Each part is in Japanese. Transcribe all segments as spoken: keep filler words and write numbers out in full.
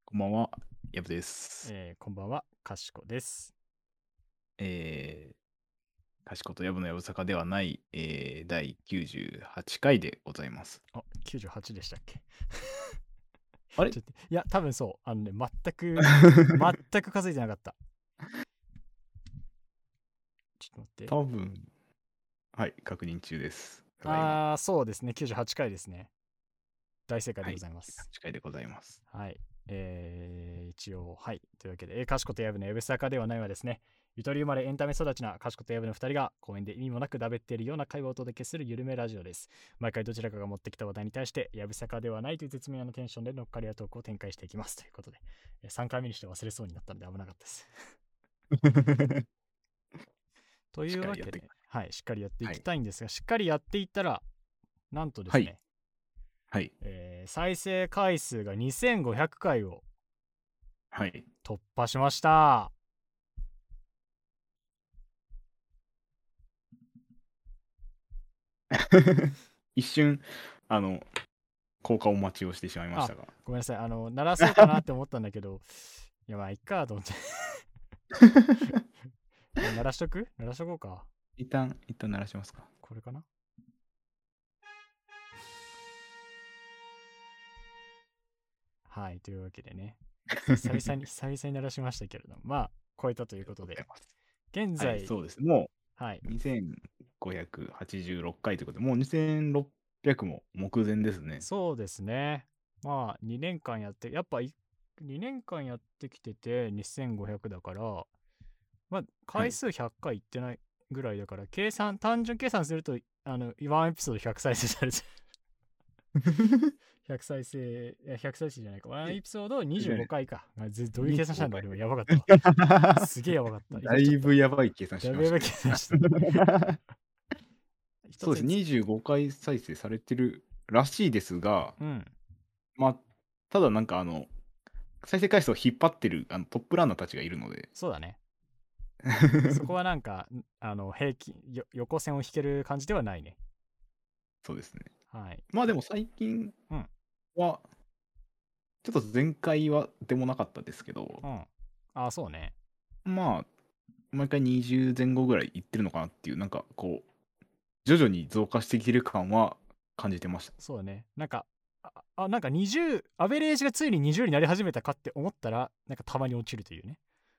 こんばんは、やぶです。 えーこんばんは、かしこです。 えー、かしことやぶのやぶさかではない、えー、だいきゅうじゅうはちかいでございます。 あ、きゅうじゅうはちでしたっけ？ あれちょっと、いや、多分そう。あのね、全く、全く数えてなかった。ちょっと待って。 多分、はい、確認中です。ただいま。 あー、そうですね。きゅうじゅうはちかいですね。大正解でごはい、 ざいます。 きゅうじゅうはちかいでございます。 はい。えー、一応、はい。というわけで、えーかしことやぶのやぶさかではないわですね。ゆとり生まれエンタメ育ちなかしことやぶのふたりが公園で意味もなくだべっているような会話をお届けするゆるめラジオです。毎回どちらかが持ってきた話題に対してやぶさかではないという絶妙なテンションで乗っかりやトークを展開していきますということで、えーさんかいめにして忘れそうになったので危なかったです。といしっうわけで、 かりやっていく。 はい、しっかりやっていはい。 きたいんですが、しっかりやっていったら、なんとではい。 すね、 はい。 えー再生回数がにせんごひゃくかいをはい。 突破しました。 一瞬、あの、効果音待ちをしてしまいましあ、 たが。 ごめんなさい。あの、鳴らそうかなって思ったんだけど、いや、まあ、いっかと思って。鳴らしとく鳴らしとこうか。 一旦、一旦鳴らしますか。 これかな。はい、というわけでね、久々に、久々に鳴らしましたけれども、まあ、超えたということで、 ありがとうございます。はい、 現在、 そうです。もはい、 う、にせんごひゃくはちじゅうろっかいということで、もうにせんろっぴゃくも目前ですね。 そうですね。まあ、にねんかんやって、やっぱいにねんかんやってきててにせんごひゃくだから、まあ、 はい。 回数ひゃっかいいってないぐらいだから、計算、単純計算すると、あの、ワンエピソードひゃく再生されてる。ひゃく再生、いやひゃく再生じゃないか。ワンエピソード25 じゃない回か。あぜどういう計算した 25 んだ俺回。 はやばかったわ。すげえやばかった。やだいっちゃった。 ぶやばい計算だいぶやばい計しましたね。 算したね。 そうです。 一つにつ、 にじゅうごかい再生されてるらしいですが、 うん。 まあ、ただなんかあの、再生回数を引っ張ってるあのトップランナーたちがいるので、 そうだね。そこはなんか、あの、平均、よ横線を引ける感じではないね。 そうですね。 はい。 まあでも最近うん。 は、ちょっと前回はでもなかったですけど、 うん。ああ、そうね。 まあ、毎回にじゅう前後ぐらいいってるのかなっていう、なんかこう、徐々に増加してきてる感は感じてました。 そうだね。なんか、あ、あなんかにじゅう、アベレージがついににじゅうになり始めたかって思ったら、なんかたまに落ちるというね。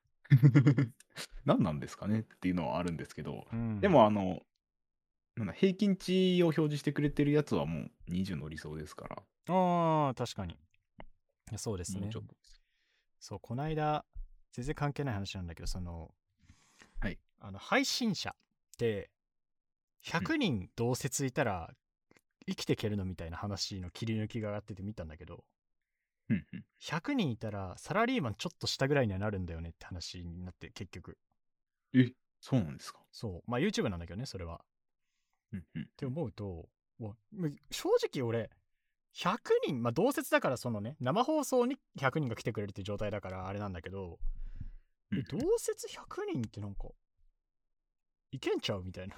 何なんですかねっていうのはあるんですけど、 うん。 でもあの、なんだ、平均値を表示してくれてるやつはもうにじゅうの理想ですから、 ああ、確かに。いやそうですね。 もうちょっとです。 そう、こないだ、全然関係ない話なんだけど、その、 はい。 あの、配信者ってうん。 ひゃくにん同説いたら生きていけるのみたいな話の切り抜きが上がってて見たんだけど、 うんうん。 ひゃくにんいたらサラリーマンちょっと下ぐらいにはなるんだよねって話になって、結局。 え、そうなんですか。 そう。まあ YouTube なんだけどね、それは。 うんうんって思うと、わ正直俺、ひゃくにん、まあ同説だからそのね、生放送にひゃくにんが来てくれるって状態だからあれなんだけど、 うん。うえ、 ん同説ひゃくにんってなんか、いけんちゃうみたいな。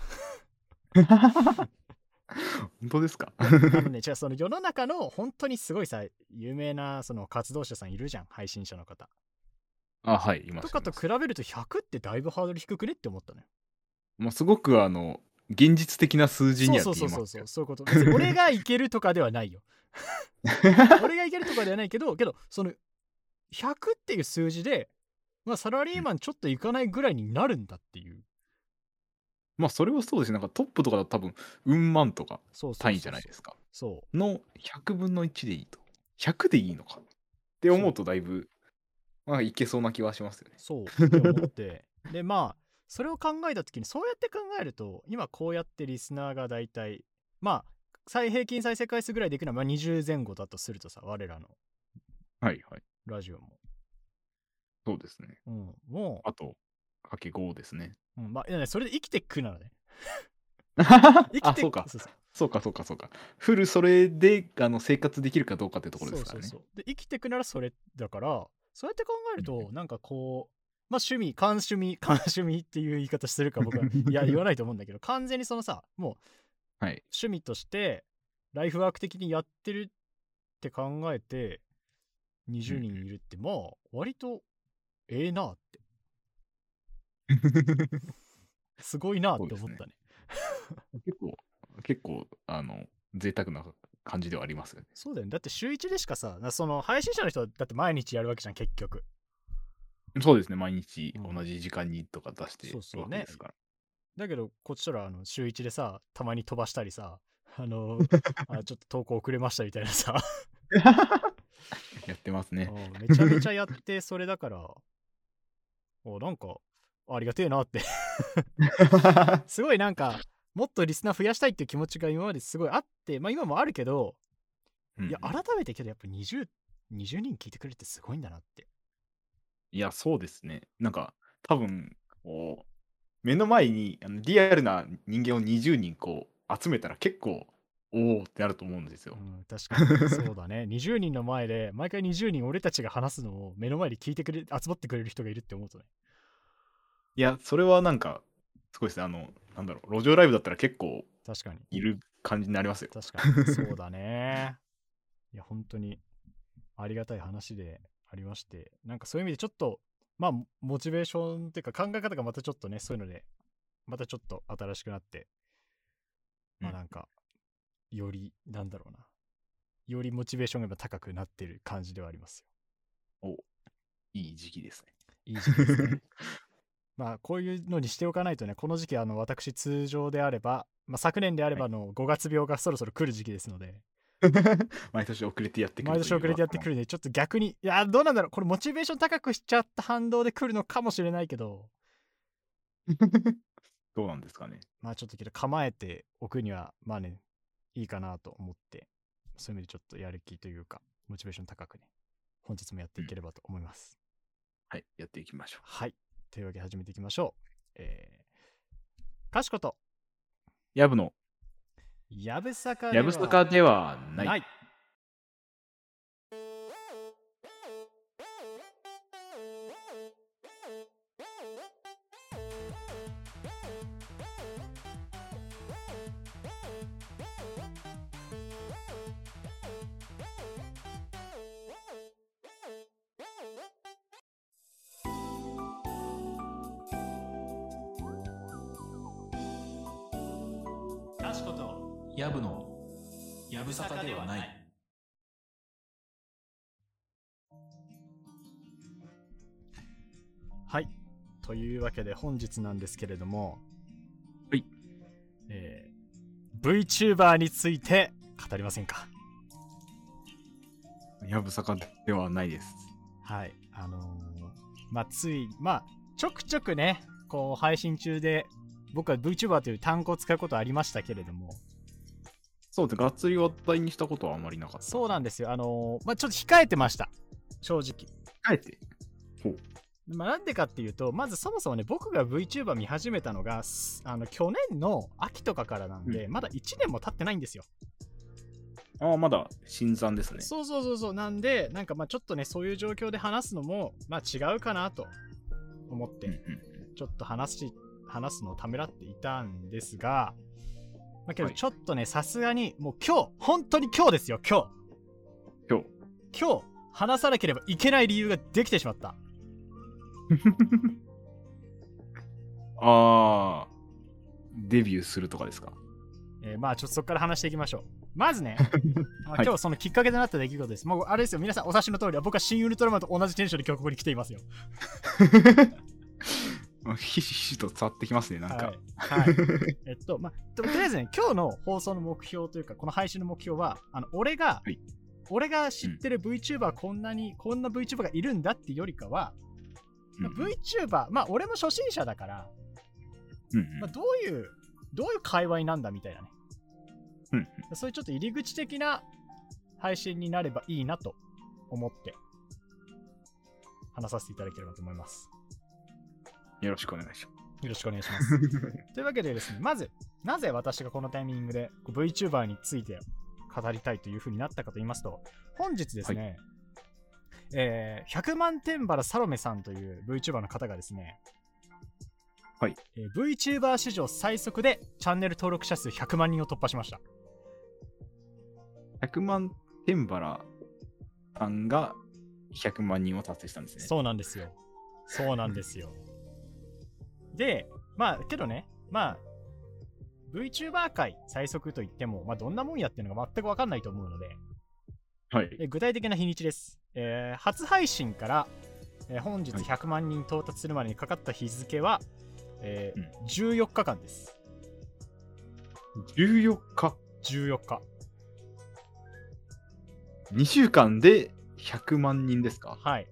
本当ですか。 いや、あのね、じゃあその世の中の本当にすごいさ、有名なその活動者さんいるじゃん、配信者の方。 あ、はい、いまとす、います。 かと比べるとひゃくってだいぶハードル低くねって思ったのよ。 まあ、すごくあの、現実的な数字にはそうそうそうそうそう、 見えますよ。 そういうこと。別に俺がいけるとかではないよ。俺がいけるとかではないけど、けど、そのひゃくっていう数字で、まあサラリうん。 ーマンちょっといかないぐらいになるんだっていう。 まあ、それはそうですね。なんかトップとかだと多分、うん万とかそうそう単位じそうそう。 ゃないですか。 そう。 のひゃくぶんのいちでいいと。ひゃくでいいのかって思うそう。 とだいぶ、まあ、いけそうな気はしますよね。 そうって思って。で、まあ、それを考えた時に、そうやって考えると、今こうやってリスナーがだいたい、まあ、最平均再生回数ぐらいでいくのはまあにじゅう前後だとするとさ、我らのはいはい。 ラジオも。 そうですね。 うん、もあと、かけごですね。 う、うん、まあ、いやねそれで生きてくなのね。 あ、 生きてそうか。 そうそう。 そうか、そうか、そうか。フルそれであの生活できるかどうかってところですからね。 そうそうそう。で、生きてくならそれだから、そうやって考えうんうん。 ると、なんかこう、まあ趣味、監趣味、監趣味っていう言い方するか僕は、いや、言わないと思うんだけど、完全にそのさ、もうはい。 趣味として、ライフワーク的にやってるって考えて、 にじゅうにんいるってまあ割とええなってすごいなって思ったね。 結構、結構、あの、贅沢な感じではありますよね。 そうだよね。だって週いちでしかさ、その配信者の人はだって毎日やるわけじゃん、結局。 そうですね、毎日うん同じ時間にとか出してるそうそうねわけですから。 だけど、こっちとらあの週いちでさ、たまに飛ばしたりさ、あの、あちょっと投稿遅れましたみたいなさ、 やってますね。 うんめちゃめちゃやって、それだから、おなんか、ありがてえなってすごいなんか、もっとリスナー増やしたいっていう気持ちが今まですごいあって、まあ今もあるけど、 うんうんいや、改めてけどやっぱにじゅう、にじゅうにん聞いてくれるってすごいんだなって。 いや、そうですね。なんか、多分、こう、目の前にあのリアルな人間をにじゅうにんこう集めたら結構、おおってなると思うんですよ。 うん、確かに。そうだね。にじゅうにんの前で、毎回にじゅうにん俺たちが話すのを目の前で聞いてくれ、集まってくれる人がいるって思うとね。 いや、それはなんか、すごいですね。あの、なんだろう、路上ライブだったら結構確かに。 いる感じになりますよ。 確かに。そうだね。いや、本当にありがたい話でありまして、なんかそういう意味でちょっと、まあ、モチベーションっていうか考え方がまたちょっとね、そういうので、またちょっと新しくなって、まあなんか、より、なんだろうな、よりモチベーションが今高くなってる感じではありますよ。 お、いい時期ですね。 いい時期ですね。まあこういうのにしておかないとね、この時期あの私通常であれば、まあ、昨年であればあのごがつ病がそろそろ来る時期ですので、 毎年遅れてやってくる毎年遅れてやってくるんで、ちょっと逆に、いや、どうなんだろう、これモチベーション高くしちゃった反動で来るのかもしれないけど、 どうなんですかね。 まあちょっとけど構えておくには、まあね、いいかなと思って、そういう意味でちょっとやる気というか、モチベーション高くね、本日もやっていければと思います。 はい、やっていきましょう。 はい。というわけで始めていきましょう。えー、かしこと、 やぶの、 やぶさかではやぶさかではない。 ない。かしことやぶのやぶさかではない。 はい。というわけで本日なんですけれども、 はい。 えー、VTuber について語りませんか。 やぶさかではないです。 はい。あのー、まあ、つい、まあ、ちょくちょくね、こう、配信中で、僕は VTuber という単語を使うことはありましたけれども、 そうですね、がっつり話題にしたことはあまりなかった。 そうなんですよ。あのー、まあ、ちょっと控えてました。正直。 あえて。ほう。 まあ、なんでかっていうと、まずそもそもね、僕が VTuber 見始めたのが、あの去年の秋とかからなんで、 うん、 まだいちねんも経ってないんですよ。 ああ、まだ新参ですね。 そうそうそうそう。なんで、なんかまあちょっとね、そういう状況で話すのも、まあ違うかなと思って、 うんうん、 ちょっと話し、話すのをためらっていたんですが、まあけどちょっとね、さすがに、もう今日、本当に今日ですよ、今日。 今日。 今日、話さなければいけない理由ができてしまった。 ああ、デビューするとかですか。 えー、まあちょっとそこから話していきましょう。まずね、 はい、 今日そのきっかけとなった出来事です。もうあれですよ、皆さんお察しの通りは僕は新ウルトラマンと同じテンションで今日ここに来ていますよ。 ひしひしと伝わってきますね、なんか。 はい。はい、えっと、まあ、とりあえずね、今日の放送の目標というか、この配信の目標は、あの俺が、 はい、 俺が知ってる VTuber こんなに、うん、こんな VTuber がいるんだっていうよりかは、まあ、VTuber、まあ俺も初心者だから、 うんうん、 まあ、どういう、どういう界隈なんだみたいなね。 うん、 そういうちょっと入り口的な配信になればいいなと思って話させていただければと思います。 よろしくお願いします。 よろしくお願いします。というわけでですね、まず、なぜ私がこのタイミングで VTuber について語りたいというふうになったかと言いますと、本日ですね、はい、えー、ひゃくまんテンバラサロメさんという VTuber の方がですね、 はいえー、VTuber 史上最速でチャンネル登録者数ひゃくまんにんを突破しました。 ひゃくまんテンバラさんがひゃくまんにんを達成したんですね。 そうなんですよ。そうなんですよ。で、まあ、けどね、まあ、VTuber 界最速といっても、まあ、どんなもんやっていうのが全く分かんないと思うので、 はい。 え具体的な日にちです。えー初配信から、えー本日はいひゃくまんにん到達するまでにかかった日付は、えーうんじゅうよっかかんです。 じゅうよっか。 じゅうよっか。 にしゅうかんでひゃくまんにんですか？ はい。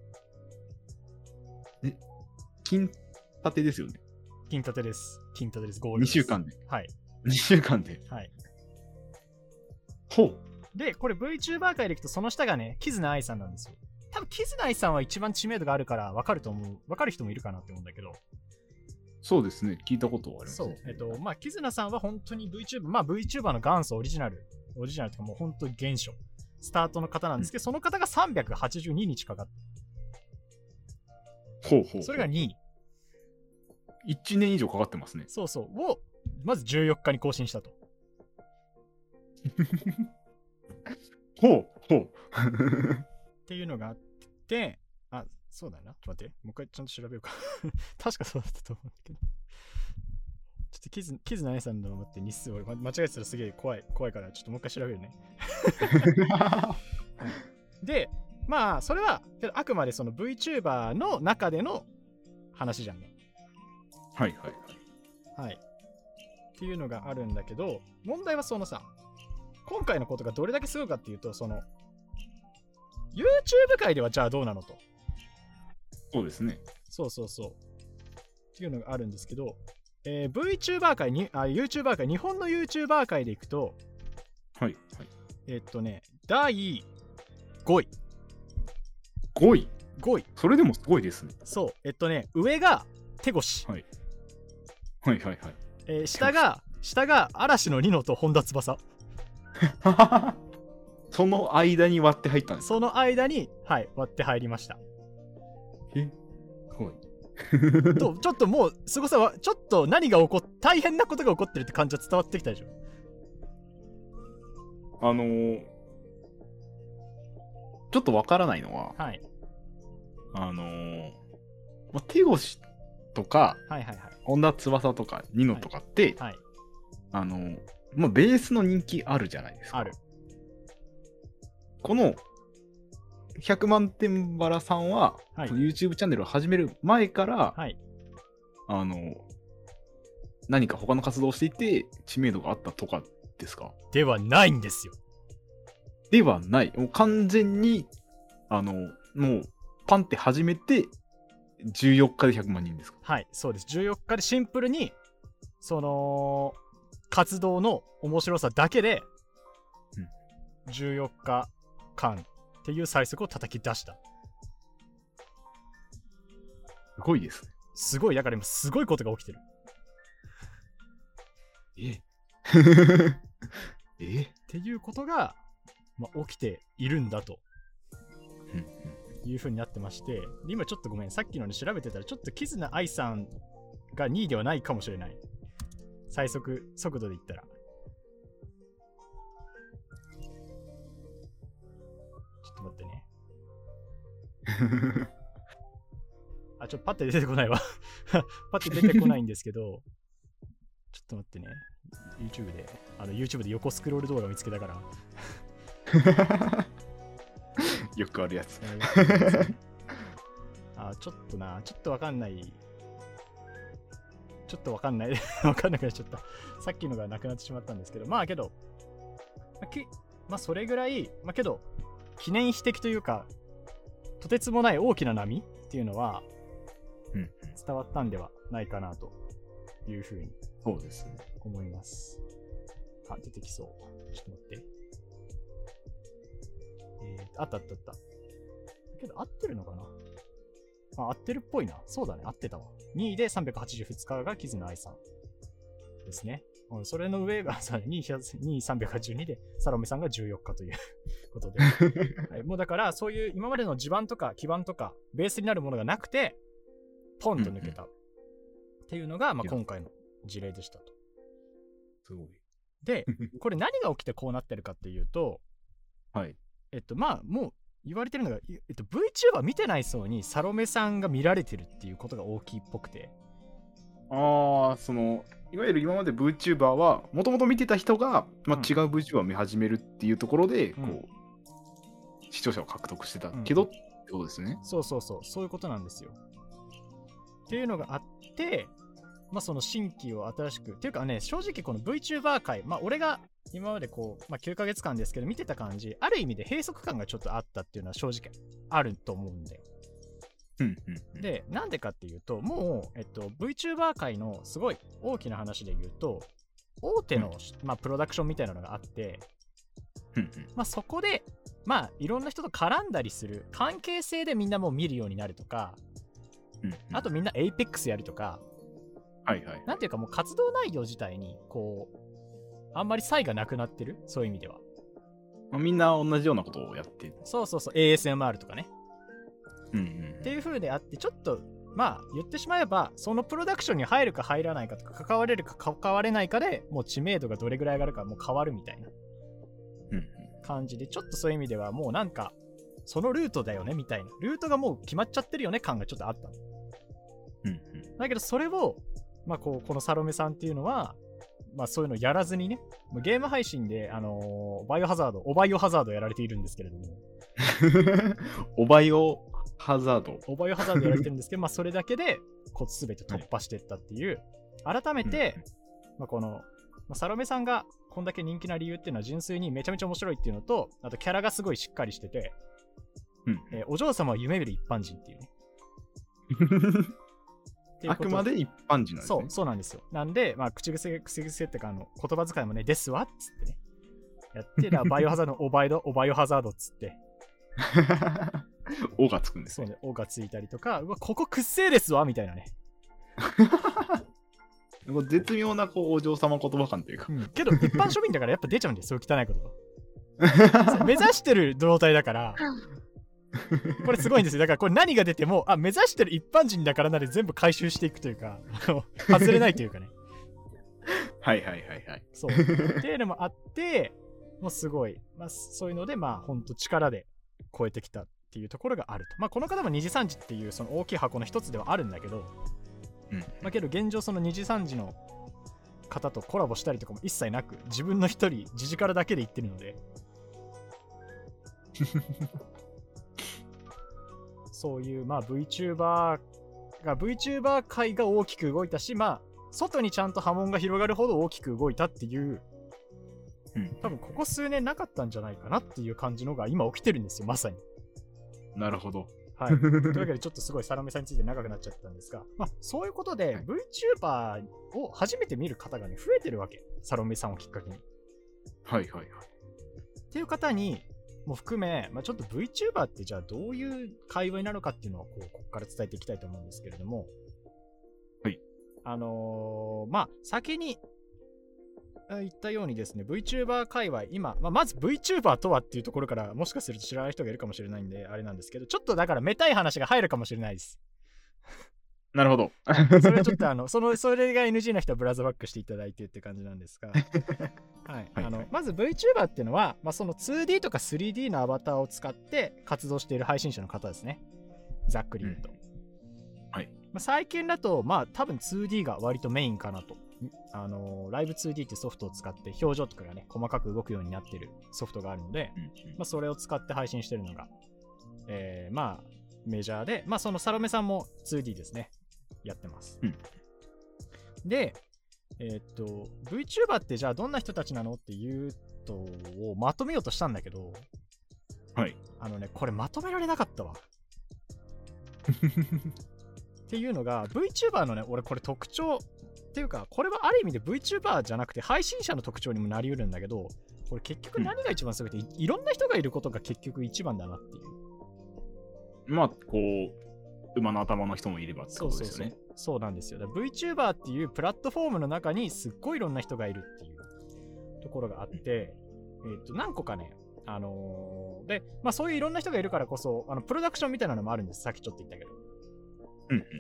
金立てですよね。 金立てです。金立てです。ゴールにです。 しゅうかんで。 はい。 にしゅうかんで。 はい。 ほう。 で、これ VTuber 界でいくと、その下がね、キズナアイさんなんですよ。多分キズナアイさんは一番知名度があるから分かると思う。分かる人もいるかなって思うんだけど。 そうですね。聞いたことはあります、 そうね。。 えっと、まあ、キズナさんは本当に VTuber、まあ VTuber の元祖オリジナル、オリジナルとかもう本当に原初、スタートの方なんですけど、その方がさんびゃくはちじゅうににちかかって、 ほうほう。 それがにい。 いちねん以上かかってますね。 そうそう。を、まずじゅうよっかに更新したと。 ほうほう。 っていうのがあって、あ、そうだな。ちょっと待って。もう一回ちゃんと調べようか。確かそうだったと思うんだけど。ちょっとキズ、キズナアイさんの思って日数俺間違えてたらすげえ怖い、怖いから、ちょっともう一回調べるね。で、まあ、それは、けどあくまでその VTuber の中での話じゃんね。 はいはい。 はい。っていうのがあるんだけど、問題はそのさ、今回のことがどれだけすごいかっていうと、その、YouTube 界ではじゃあどうなのと。 そうですね。 そうそうそう。っていうのがあるんですけど、えー、VTuber 界に、あ、YouTuber 界、日本の YouTuber 界でいくと、 はいはい。 えっとね、だいごい。 ごい。 ごい。 それでもすごいですね。 そう。えっとね、上が手越。 はい。はいはいはい。 えー下が、下が嵐のニノと本田翼。 その間に割って入ったんですか？ その間に、はい、割って入りました。 えすごい。 と、ちょっともう、すごさは、ちょっと何が起こっ、大変なことが起こってるって感じは伝わってきたでしょ。 あのー、ちょっとわからないのは、 はい。 あのー、まあ、手越とか、 はいはいはい。 本田翼とか、ニノとかって、 はい。 あのー、まあ、ベースの人気あるじゃないですか。 ある。 この、ひゃくまん点バラさんは、 はいこの YouTube チャンネルを始める前から、 はい。 あの、何か他の活動をしていて知名度があったとかですか？ ではないんですよ。 ではない。もう完全に、あの、もう、パンって始めて、じゅうよっかでひゃくまんにんですか？ はい、そうです。じゅうよっかでシンプルに、その、活動の面白さだけで、じゅうよっかかんっていう最速を叩き出した。 すごいですね。 すごい、だから今すごいことが起きてる。 ええっていうことが、まあ、起きているんだとうんうんいう風になってまして、で今ちょっとごめん、さっきのね調べてたら、ちょっとキズナアイさんがにいではないかもしれない。最速速度で言ったら。ちょっと待ってね。あ、ちょっとパッて出てこないわ。パッて出てこないんですけど、ちょっと待ってね。YouTube で、あの YouTube で横スクロール動画を見つけたから。 よくあるやつ。 あ、ちょっとな、ちょっとわかんない。ちょっとわかんない。わかんなくなっちゃった。さっきのがなくなってしまったんですけど、まあけど、まあ、きまあ、それぐらい、まあけど、記念碑的というか、とてつもない大きな波っていうのは、 うんうん、 伝わったんではないかなというふうにそうですね。 思います。あ、出てきそう。ちょっと待って。えー、あったあったあった。けど合ってるのかなあ、合ってるっぽいな。そうだね、合ってたわ。にいでさんびゃくはちじゅうににちがキズナアイさんですね。うん、それの上がにいさんびゃくはちじゅうにでサロメさんがじゅうよっかということで、はい、もうだからそういう今までの地盤とか基盤とかベースになるものがなくてポンと抜けたっていうのが、まあ、今回の事例でしたと。 すごい。 で、これ何が起きてこうなってるかっていうと、 はい。 えっとまあもう言われてるのが、いえっと、VTuber 見てない層にサロメさんが見られてるっていうことが大きいっぽくて。 ああ、その、いわゆる今まで VTuber は、もともと見てた人が、まあ、 うん違う VTuber を見始めるっていうところで、 うんこう、視聴者を獲得してたうんけど、ってことですね。 そうそうそう、そういうことなんですよ。っていうのがあって、まあその新規を新しく、っていうかね、正直この VTuber 界、まあ俺が今までこう、まあきゅうかげつかんですけど見てた感じ、ある意味で閉塞感がちょっとあったっていうのは正直あると思うんだよ。 うんうんうん。 で、なんでかっていうと、もう、えっと、VTuber 界のすごい大きな話で言うと、大手の、まあ、プロダクションみたいなのがあって、 うんうんまあそこで、まあいろんな人と絡んだりする関係性でみんなもう見るようになるとか、 うんうん。 あとみんな エイペックス やるとか、 はいはい。 なんていうかもう活動内容自体にこうあんまり差異がなくなってる、そういう意味では。 まあ、みんな同じようなことをやって、 そうそうそう エーエスエムアール とかねうんうん。 っていう風であって、ちょっとまあ言ってしまえばそのプロダクションに入るか入らないかとか関われるか関われないかでもう知名度がどれぐらい上がるかもう変わるみたいなうんうん。 感じで、ちょっとそういう意味ではもうなんかそのルートだよねみたいな、ルートがもう決まっちゃってるよね感がちょっとあったの。 うんうん。 だけどそれをまあこうこのサロメさんっていうのはまあそういうのやらずにね、ゲーム配信であのーバイオハザードオバイオハザードやられているんですけれども、 おバイオハザード。 オバイオハザードやられてるんですけどまあそれだけでこう全て突破していったっていう、改めて、まあ、この、まあ、サロメさんがこんだけ人気な理由っていうのは純粋にめちゃめちゃ面白いっていうのと、あとキャラがすごいしっかりしてて、 うんえーお嬢様は夢見る一般人っていうねっていうことあくまで一般人なんですね。 そう、そうなんですよ。なんで、まあ、口癖、口癖ってか、あの、言葉遣いもね、ですわっつってね。やって、だからバイオハザードのオバイド、オバイオハザードっつって、 おがつくんですね。 そうね、おがついたりとか、うわ、ここくっせえですわみたいなね。 こう絶妙なこうお嬢様言葉感というか。 うん、けど、一般庶民だからやっぱ出ちゃうんですよ、そういう汚い言葉。目指してる状態だから、これすごいんですよ。だからこれ何が出ても、あ、目指してる一般人だからなで全部回収していくというか、外れないというかね。 はいはいはいはい。 そう。っていうのもあって、もうすごい、まあ、そういうので、まあ、ほんと力で超えてきたっていうところがあると。まあ、この方も二次三次っていうその大きい箱の一つではあるんだけど、 うん。 まあ、けど現状その二次三次の方とコラボしたりとかも一切なく、自分の一人、自力だけで言ってるので、そういう、まあ、VTuber が、VTuber 界が大きく動いたし、まあ、外にちゃんと波紋が広がるほど大きく動いたっていう、 うん、 多分ここ数年なかったんじゃないかなっていう感じのが今起きてるんですよ、まさに。 なるほど。 はい。というわけで、ちょっとすごいサロメさんについて長くなっちゃったんですが、まあ、そういうことで、 はい、 VTuber を初めて見る方がね、増えてるわけ。サロメさんをきっかけに。 はいはいはい。 っていう方に、も含め、まあ、ちょっと VTuber ってじゃあどういう界隈なのかっていうのをこうここから伝えていきたいと思うんですけれども、 はい。 あのー、まあ、先に言ったようにですね、VTuber 界隈、今、まあ、まず VTuber とはっていうところから、もしかすると知らない人がいるかもしれないんで、あれなんですけど、ちょっとだからめたい話が入るかもしれないです。 なるほど。 それはちょっとあの、その、それが エヌジー な人はブラウザバックしていただいてって感じなんですが、はい。あの、まず VTuber っていうのは、まあ、その ツーディー とか スリーディー のアバターを使って活動している配信者の方ですね。ざっくり言うと。うん、 はい。 まあ、最近だと、まあ、多分 ツーディー が割とメインかなと。あのー、ライブ ツーディー ってソフトを使って表情とかがね、細かく動くようになってるソフトがあるので、うんうん、まあ、それを使って配信してるのが、えー、まあ、メジャーで、まあ、そのサロメさんも ツーディー ですね。やってます。 うん、 で、えー、っと、VTuber ってじゃあどんな人たちなのっていうとをまとめようとしたんだけど、 はい。 あのね、これまとめられなかったわ。っていうのが、VTuber のね、俺これ特徴っていうか、これはある意味で VTuber じゃなくて配信者の特徴にもなりうるんだけど、これ結局何が一番すごいって、うん、い, いろんな人がいることが結局一番だなっていう。 まあ、こう、馬の頭の人もいればってことですよね。 そうそうそう。そうなんですよ。だから VTuber っていうプラットフォームの中にすっごいいろんな人がいるっていうところがあって、うん、えっと、何個かね、あのー、で、まあそういういろんな人がいるからこそ、あのプロダクションみたいなのもあるんです。さっきちょっと言ったけど。 うんうん。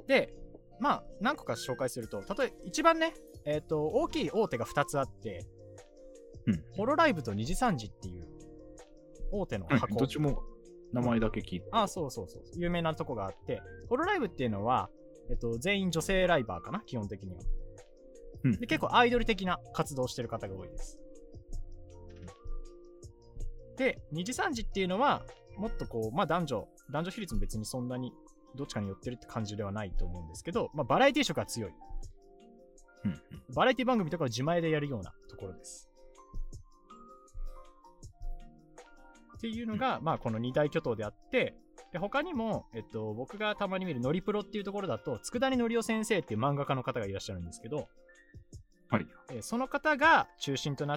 で、まあ何個か紹介すると、例えば一番ね、えっと、大きい大手がふたつあって、 うん、 ホロライブと二次三次っていう大手の箱。 うん、どっちも名前だけ聞いて。 あ、そうそうそう。有名なとこがあって、ホロライブっていうのは、えっと、全員女性ライバーかな、基本的には。 うんで結構アイドル的な活動をしてる方が多いです。で、にじさんじっていうのは、もっとこう、まあ男女、男女比率も別にそんなにどっちかに寄ってるって感じではないと思うんですけど、まあバラエティ色が強い。 うんうんバラエティ番組とかを自前でやるようなところです。っていうのが、まあこの二大巨頭であって、で他にも、えっと、僕がたまに見るノリプロっていうところだと、佃煮のりお先生っていう漫画家の方がいらっしゃるんですけど、 はい。 えーその方が中心となって、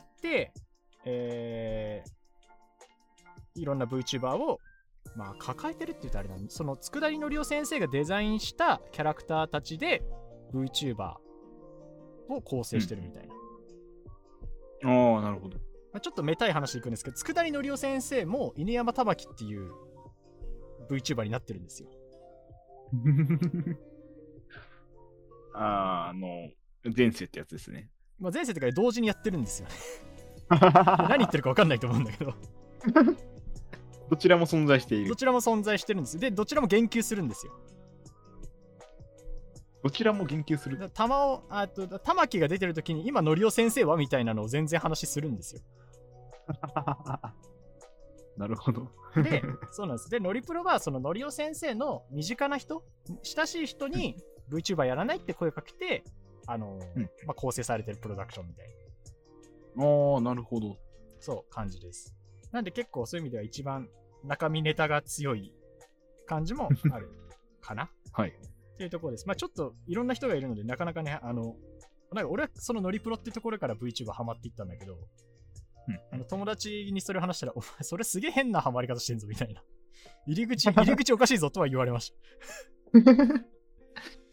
えーいろんな VTuber を、まあ、抱えてるって言うとあれなんで、その佃煮のりお先生がデザインしたキャラクターたちで VTuber を構成してるみたいな。 ああ、なるほど。 まあ、ちょっとめたい話でいくんですけど、佃煮のりお先生も犬山玉木っていう VTuber になってるんですよ。 あー、あの、前世ってやつですね。 まあ、前世とかで同時にやってるんですよね。何言ってるか分かんないと思うんだけど。 どちらも存在しているど。ちらも存在してるんです。で、どちらも言及するんですよ。 どちらも言及する。 だ玉を、あと、玉木が出てる時に、今、のりお先生はみたいなのを全然話するんですよ。 なるほど。 で、そうなんです。で、のりプロは、そののりお先生の身近な人、親しい人に VTuber やらないって声をかけて、あの、 うんまあ、構成されてるプロダクションみたいな、 ああ、なるほど。 そう、感じです。なんで結構そういう意味では一番中身ネタが強い感じもあるかなはい。 っていうところです。まあちょっといろんな人がいるので、なかなかね、あの、なんか俺はそのノリプロっていうところから VTuber ハマっていったんだけど、 うんあの友達にそれを話したら、お前それすげえ変なハマり方してんぞみたいな。入り口、入り口おかしいぞとは言われました。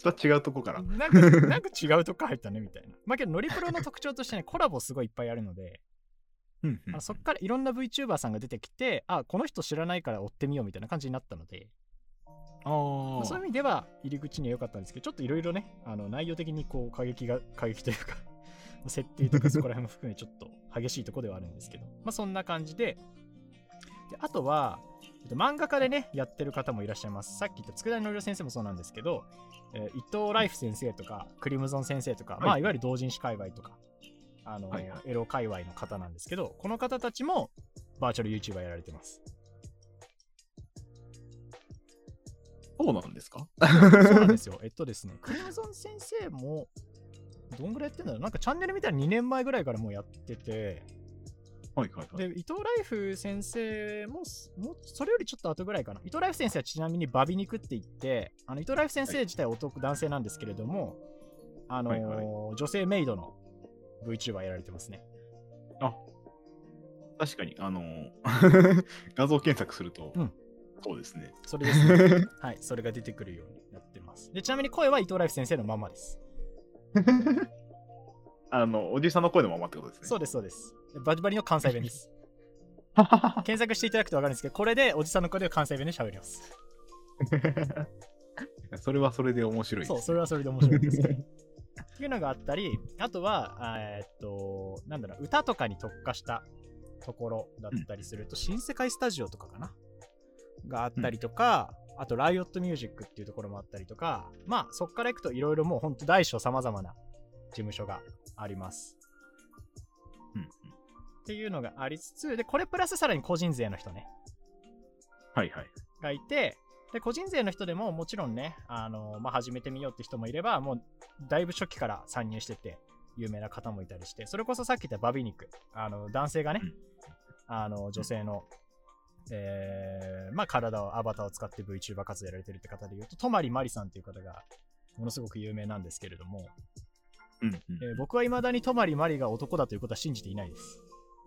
それは違うとこから。 なんか、なんか違うとこ入ったねみたいな。まあけどノリプロの特徴としてね、コラボすごいいっぱいあるので、 うんうんあのそっからいろんな VTuber さんが出てきて、あ、この人知らないから追ってみようみたいな感じになったので、 あまああ、 そういう意味では入り口には良かったんですけど、ちょっといろいろね、あの内容的にこう過激が、過激というか、設定とかそこら辺も含めちょっと激しいところではあるんですけど、まあそんな感じで、であとは、えっと漫画家でね、やってる方もいらっしゃいます。さっき言った佃煮のりお先生もそうなんですけど、えー伊藤ライフ先生とか、クリムゾン先生とか、 いまあいわゆる同人誌界隈とか、あの、 はいはいエロ界隈の方なんですけど、この方たちもバーチャル YouTuber やられてます。 そうなんですか？ そうなんですよ。えっとですね、クリムゾン先生も、どんぐらいやってんだろう、なんかチャンネル見たらにねんまえぐらいからもうやってて、 はいはいはい。 で、伊藤ライフ先生も、もうそれよりちょっと後ぐらいかな。伊藤ライフ先生はちなみにバビ肉って言って、あの伊藤ライフ先生自体は男、男性なんですけれども、あのーはいは女性メイドの VTuber やられてますね。 あ、確かに、あのー画像検索すると、 うんそうですね。 それですね。はい、それが出てくるようになってます。で、ちなみに声は伊藤ライフ先生のままです。 あの、おじさんの声のままってことですね。 そうです、そうです。バリバリの関西弁です。検索していただくと分かるんですけど、これでおじさんの声で関西弁で喋ります。 それはそれで面白いです。 そう、それはそれで面白いんですけど。っていうのがあったり、あとは、えーっと、なんだろう、歌とかに特化したところだったりすると、新世界スタジオとかかながあったりとか、うん、あと、ライオットミュージックっていうところもあったりとか、まあ、そっから行くといろいろもう本当大小様々な事務所があります。 うんうん、 っていうのがありつつ、で、これプラスさらに個人税の人ね。 はいはい。 がいて、で、個人税の人でももちろんね、あの、まあ、始めてみようって人もいれば、もう、だいぶ初期から参入してて、有名な方もいたりして、それこそさっき言ったバビ肉、あの、男性がね、うん、あの、女性の、えー、まあ、体を、アバターを使って VTuber 活動やられてるって方で言うと、泊まりさんっていう方が、ものすごく有名なんですけれども、 うんうんえー、僕は未だに泊まりが男だということは信じていないです。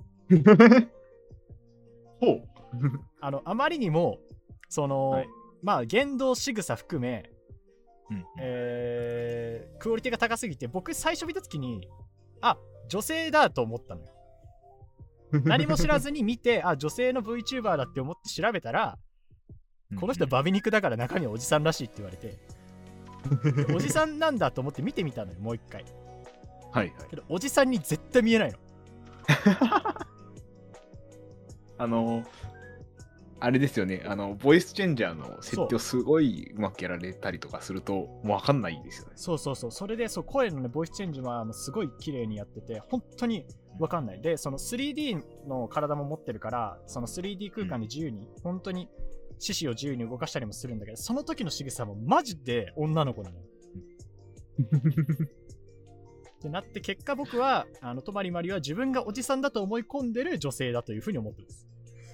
ほうあの、あまりにも、その、はい、まあ、言動仕草含め、 うんえー、クオリティが高すぎて、僕最初見たときに、あ、女性だと思ったのよ。何も知らずに見て、あ、女性の VTuber だって思って調べたら、この人バビ肉だから中身はおじさんらしいって言われて、おじさんなんだと思って見てみたのよ、もう一回。 はいはい。 けど、おじさんに絶対見えないの。 あの、 あれですよね、あの、ボイスチェンジャーの設定をすごいうまくやられたりとかすると、もうわかんないですよね。 そうそうそう。それで、そう、声のね、ボイスチェンジはすごい綺麗にやってて、本当にわかんない。で、その スリーディー の体も持ってるから、その スリーディー 空間で自由に、うん、本当に四肢を自由に動かしたりもするんだけど、その時の仕草もマジで女の子なのよ。ってなって、結果僕は、あの、とまりまりは自分がおじさんだと思い込んでる女性だというふうに思ってます。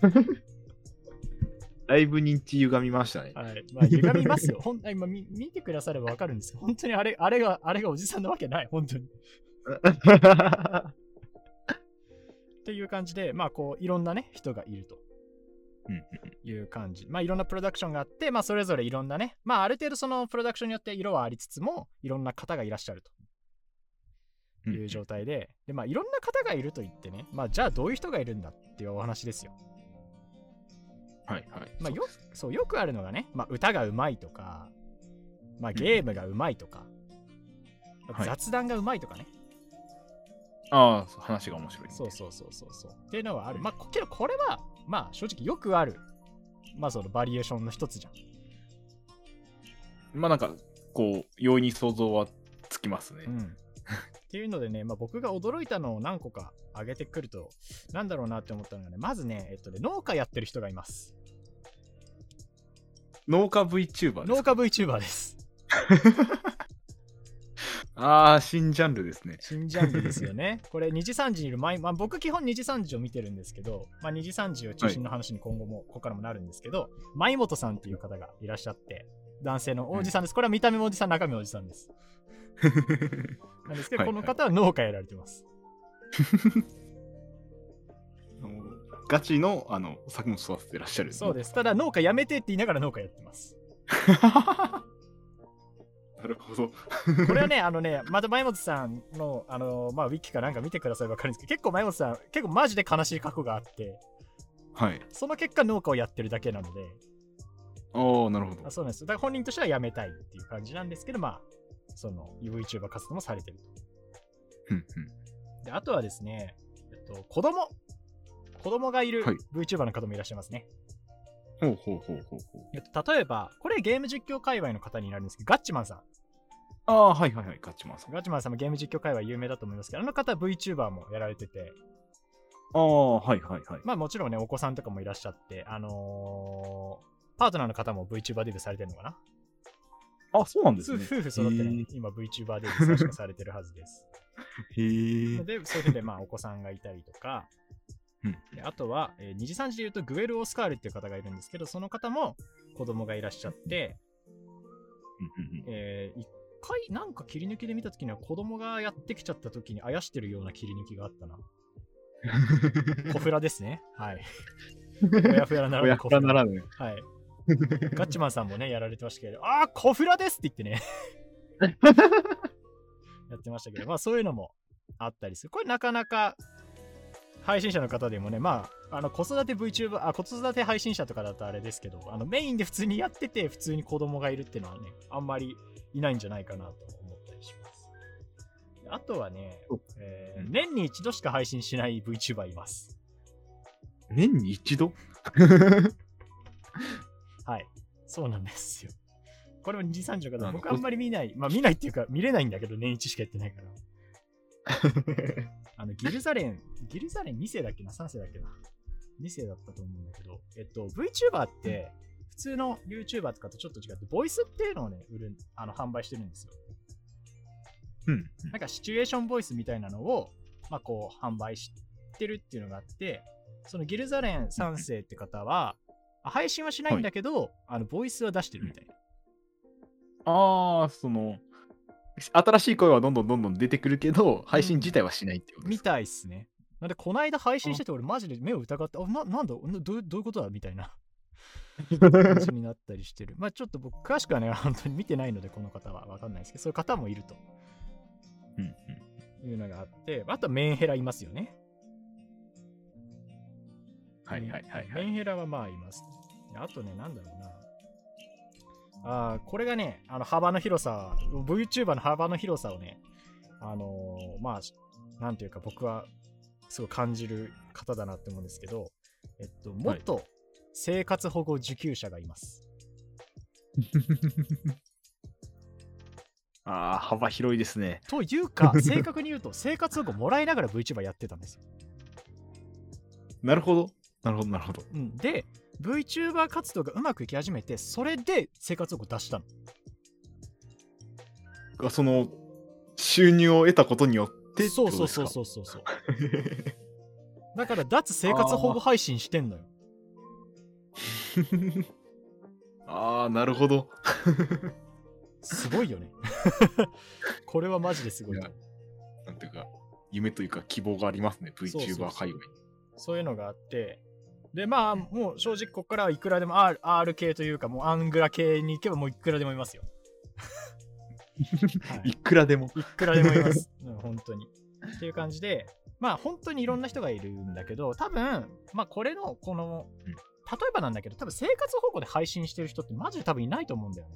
だいぶ認知歪みましたね。 はい。まあ、歪みますよ。ほん今見、見てくださればわかるんですよ。本当にあれ、あれが、あれがおじさんなわけない。本当に。っていう感じで、まあ、こう、いろんなね、人がいるという感じ。まあ、いろんなプロダクションがあって、まあ、それぞれいろんなね、まあ、ある程度そのプロダクションによって色はありつつも、いろんな方がいらっしゃるという状態で、で、まあ、いろんな方がいると言ってね、まあ、じゃあどういう人がいるんだっていうお話ですよ。 はいはい。 まあ、よそうよくあるのがね、まあ、歌がうまいとか、まあ、ゲームがうまいとか、うん、雑談がうまいとかね。 はい、ああ、話が面白い。 そうそうそうそうそう。っていうのはある。まあ、けどこれは、まあ、正直よくある、まあ、そのバリエーションの一つじゃん。 まあ、なんか、こう、容易に想像はつきますね。 うん。っていうのでね、まあ、僕が驚いたのを何個か上げてくると、なんだろうなって思ったのがね、まずね、えっとね、農家やってる人がいます。 農家 VTuber ですか？ 農家 VTuber です。 ああ、新ジャンルですね。 新ジャンルですよね。これにじさんじにいる前、まあ、僕基本にじさんじを見てるんですけど、まあ、にじさんじを中心の話に今後も、ここからもなるんですけど、舞本さんっていう方がいらっしゃって、男性のおじさんです。これは見た目もおじさん、中身もおじさんです。なんですけど、はいはい、この方は農家やられてます。 ガチのあの作物育ててらっしゃる、ね。 そうです。ただ農家やめてって言いながら農家やってます。 なるほど。 これはね、あのね、また前本さんの、あのまあ、ウィキかなんか見てくだされば分かるんですけど、結構前本さん、結構マジで悲しい過去があって、 はい。 その結果農家をやってるだけなので。 ああ、なるほど。 あ、そうなんです。だから本人としてはやめたいっていう感じなんですけど、まあ、その VTuber 活動もされてると。で、あとはですね、えっと、子供。子供がいる VTuber の方もいらっしゃいますね。 はい、ほうほうほうほうほう。 えっと、例えば、これゲーム実況界隈の方になるんですけど、ガッチマンさん。 ああ、はいはいはい、ガッチマンさん。 ガッチマンさんもゲーム実況界隈有名だと思いますけど、あの方は VTuber もやられてて。 ああ、はいはいはい。 まあもちろんね、お子さんとかもいらっしゃって、あのー、パートナーの方も VTuber デビューされてるのかな。 あ、そうなんですね。 夫婦揃ってね、今 VTuber デビュー確かされてるはずです。 へえ。 で、そういうふうで、まあお子さんがいたりとか、うん、であとは、えー、にじさんじで言うとグエル・オスカールっていう方がいるんですけど、その方も子供がいらっしゃって、えー、一回なんか切り抜きで見たときには子供がやってきちゃったときにあやしてるような切り抜きがあったな。コフラですね。はい。親フラならぬコフラ。ならぬ。はい。ガッチマンさんもね、やられてましたけど、あー、コフラですって言ってね。やってましたけど、まあそういうのもあったりする。これなかなか配信者の方でもね、まあ、あの子育て VTuber、あ、子育て配信者とかだとあれですけど、あのメインで普通にやってて、普通に子供がいるっていうのはね、あんまりいないんじゃないかなと思ったりします。あとはね、えー、年に一度しか配信しない VTuber います。 年に一度はい、そうなんですよ。これもにじさんじの方、僕あんまり見ない、まあ見ないっていうか見れないんだけど、年一しかやってないから。あのギルザレン、ギルザレンに世だっけな、さん世だっけな、に世だったと思うんだけど、えっと、VTuber って普通の YouTuber とかとちょっと違って、ボイスっていうのをね、売る、あの販売してるんですよ。うん。なんかシチュエーションボイスみたいなのを、まあこう販売してるっていうのがあって、そのギルザレンさん世って方は、配信はしないんだけど、はい、あのボイスは出してるみたいな。 ああ、その、新しい声はどんどんどんどん出てくるけど、配信自体はしないってことですか、 うん、みたいっすね。なんで、こないだ配信してて、俺マジで目を疑って、あ、な、なんだどう、どういうことだみたいな感じになったりしてる。まあちょっと僕、詳しくはね、本当に見てないので、この方はわかんないですけど、そういう方もいると。うんうん。いうのがあって、あとはメンヘラいますよね。 はいはいはい、はい。 メンヘラはまあいます。あとね、なんだろうな。あこれがね、あの幅の広さ、VTuber の幅の広さをね、あのー、まあ、なんていうか僕はすごい感じる方だなって思うんですけど、えっと、元、はい、 生活保護受給者がいます。 ああ、幅広いですね。 というか、正確に言うと、生活保護もらいながら VTuber やってたんですよ。 なるほど。なるほど、なるほど。 うん、で、VTuber 活動がうまくいき始めて、それで生活保護出したの。 がその、収入を得たことによってってそうことですか？ そうそうそうそうそう。だから、脱生活保護配信してんのよ。 ああ、なるほど。 すごいよね。これはマジですごい。 いやなんていうか、夢というか希望がありますね、 そうそうそう VTuber 界隈。 そういうのがあって、で、まあ、もう正直ここからはいくらでも R, R 系というか、もうアングラ系に行けばもういくらでもいますよ。はい、 いくらでも。 いくらでもいます。うん、本当に。っていう感じで、まあ本当にいろんな人がいるんだけど、多分、まあこれの、この、 うん、 例えばなんだけど、多分生活保護で配信してる人ってマジで多分いないと思うんだよね。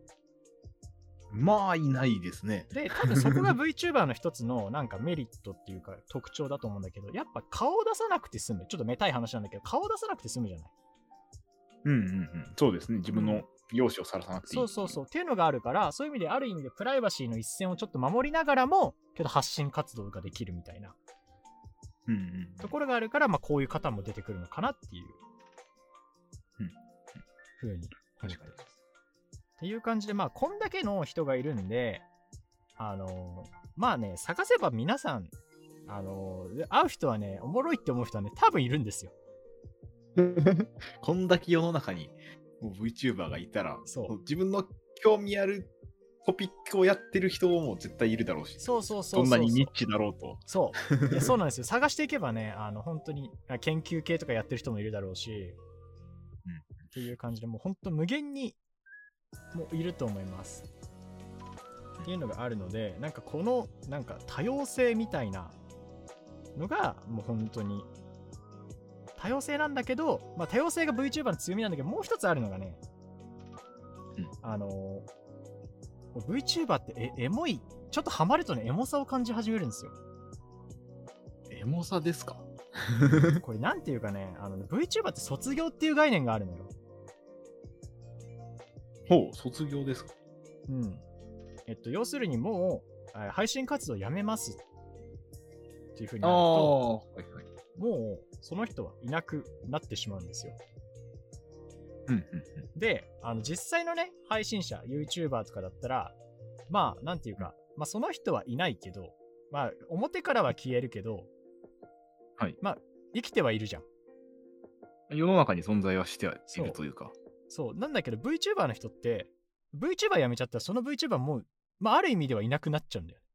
まあ、いないですね。 で、多分そこが VTuber の一つのなんかメリットっていうか特徴だと思うんだけど、やっぱ顔を出さなくて済む。ちょっとめたい話なんだけど、顔を出さなくて済むじゃない。 うんうんうん。そうですね。自分の容姿をさらさなくていい。 そうそうそう。っていうのがあるから、そういう意味である意味でプライバシーの一線をちょっと守りながらも、けど発信活動ができるみたいなうんうん、 ところがあるから、まあこういう方も出てくるのかなっていうふうに。 確かに。 っていう感じで、まあこんだけの人がいるんで、あのー、まあね、探せば皆さん、あのー、会う人はね、おもろいって思う人はね、多分いるんですよ。 こんだけ世の中にもう VTuber がいたら、 そう自分の興味あるトピックをやってる人も絶対いるだろうし、 そうそうそうそうそう、 どんなにニッチだろうと。 そういやそうなんですよ。探していけばね、あの本当に研究系とかやってる人もいるだろうし、うん、っていう感じでもう本当無限にもういると思います。っていうのがあるので、なんかこのなんか多様性みたいなのがもう本当に多様性なんだけど、まあ、多様性が VTuber の強みなんだけど、もう一つあるのがね、うん、あの VTuber ってエモい、ちょっとハマるとねエモさを感じ始めるんですよ。 エモさですか？ これなんていうかね、あの VTuber って卒業っていう概念があるのよ。 ほう、卒業ですか？ うん。えっと、要するにもう配信活動やめますっていう風になると、はいはい、もうその人はいなくなってしまうんですよ。 うんうんうん、 で、あの実際のね配信者 YouTuber とかだったら、まあなんていうか、まあその人はいないけど、まあ表からは消えるけど、 はい、 まあ生きてはいるじゃん。 世の中に存在はしてはいるというか。 そう、そうなんだけど VTuber の人って VTuber やめちゃったらその VTuber もう、まあある意味ではいなくなっちゃうんだよ。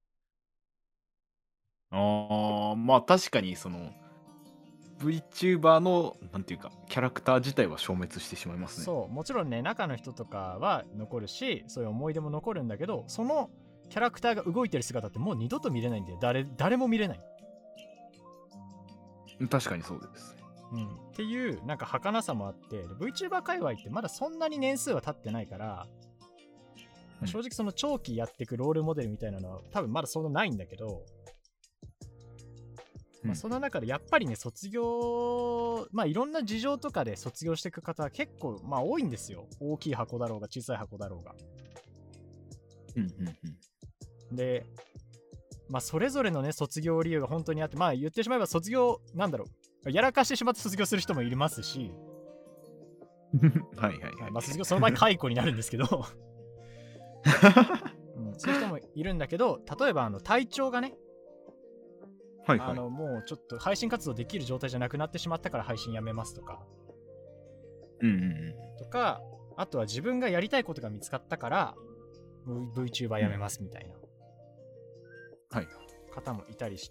ああ、まあ確かにその VTuber のなんていうかキャラクター自体は消滅してしまいますね。 そう、もちろんね中の人とかは残るし、そういう思い出も残るんだけど、そのキャラクターが動いてる姿ってもう二度と見れないんだよ。誰誰も見れない。 確かにそうです。 うん、っていうなんか儚さもあって、VTuber 界隈ってまだそんなに年数は経ってないから、うん、正直その長期やっていくロールモデルみたいなのは多分まだそんなないんだけど、まあ、その中でやっぱりね卒業、まあいろんな事情とかで卒業していく方は結構まあ多いんですよ。大きい箱だろうが小さい箱だろうが。 うんうんうん、 で、まあそれぞれのね卒業理由が本当にあって、まあ言ってしまえば卒業なんだろう、やらかしてしまって卒業する人もいますしはいはいはい、 まあ、卒業その場合解雇になるんですけど、うん、そういう人もいるんだけど、例えばあの体調がね、はいはい、あのもうちょっと配信活動できる状態じゃなくなってしまったから配信やめますとか、 うんうんうん、 とか、あとは自分がやりたいことが見つかったから VTuber やめますみたいな、 はい、 方もいたりして、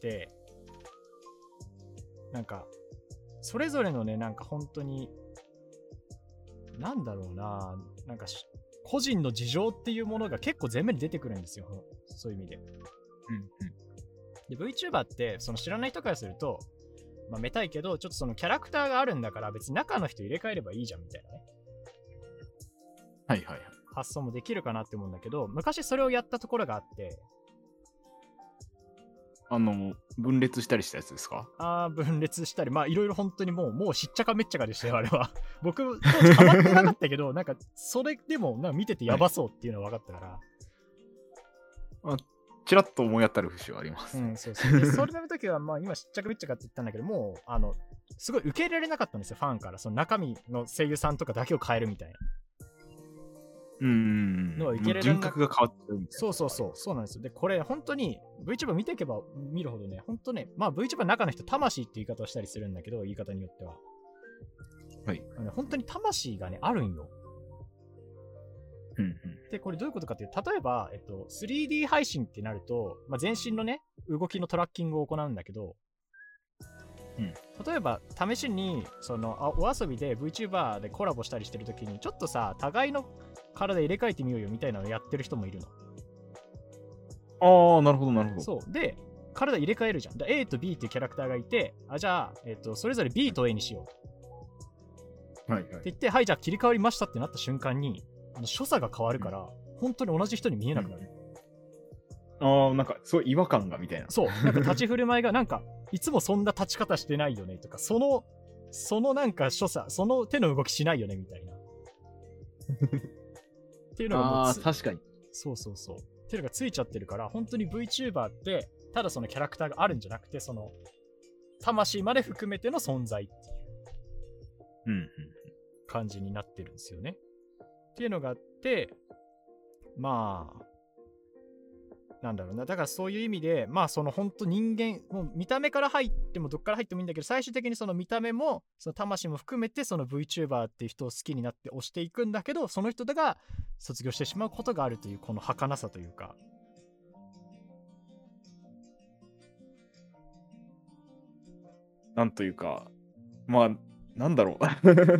なんかそれぞれのねなんか本当になんだろうな、なんか個人の事情っていうものが結構前面に出てくるんですよ。そういう意味で。うんうん、で VTuber ってその知らない人からすると、まあ、めたいけどちょっとそのキャラクターがあるんだから別に中の人入れ替えればいいじゃんみたいなね。 はいはいはい。 発想もできるかなって思うんだけど、昔それをやったところがあって、 あの、分裂したりしたやつですか？ あー分裂したり、まあいろいろ本当にもう、もうしっちゃかめっちゃかでしたよ、あれは。僕、当時ハマってなかったけど、なんか、それでもなんか見ててやばそうっていうのは分かったから。 あ、ちらっと思い当たる節はあります。 うん、そうそう。で、それの時は、まあ今しっちゃかめっちゃかって言ったんだけど、もう、あの、すごい受け入れられなかったんですよ、ファンから。その中身の声優さんとかだけを変えるみたいな。 うん。 のは受け入れられ人な格が変わっちゃうみたいな。 そうそうそう、そうなんですよ。で、これ本当に VTuber 見ていけば見るほどね、本当ね、まあ VTuber の中の人、魂って言い方をしたりするんだけど、言い方によっては。 はい。 あの本当に魂がね、あるんよ。 うんうん。 で、これどういうことかっていうと、例えば、えっと、スリーディー 配信ってなると、まあ、全身のね、動きのトラッキングを行うんだけど、 うん、 例えば試しにそのあお遊びで VTuber でコラボしたりしてるときにちょっとさ互いの体入れ替えてみようよみたいなのをやってる人もいるの。 ああ、なるほどなるほど。 そうで体入れ替えるじゃん。A と B っていうキャラクターがいて、あじゃあ、えっと、それぞれ B と A にしようはいはい、 って言って、はいじゃあ切り替わりましたってなった瞬間にあの所作が変わるから、うん、本当に同じ人に見えなくなる。 うん、ああ、なんかそう違和感がみたいな。 そうなんか立ち振る舞いがなんかいつもそんな立ち方してないよねとか、そのそのなんか所作、その手の動きしないよねみたいなっていうのがもうああ確かにそうそうそうっていうのがついちゃってるから、本当に VTuber ってただそのキャラクターがあるんじゃなくて、その魂まで含めての存在っていう感じになってるんですよね。っていうのがあって、まあなんだろうな、だからそういう意味で、まあその本当人間、もう見た目から入ってもどっから入ってもいいんだけど、最終的にその見た目もその魂も含めてその VTuber っていう人を好きになって推していくんだけど、その人が卒業してしまうことがあるというこの儚さというか。 なんというか、まあなんだろう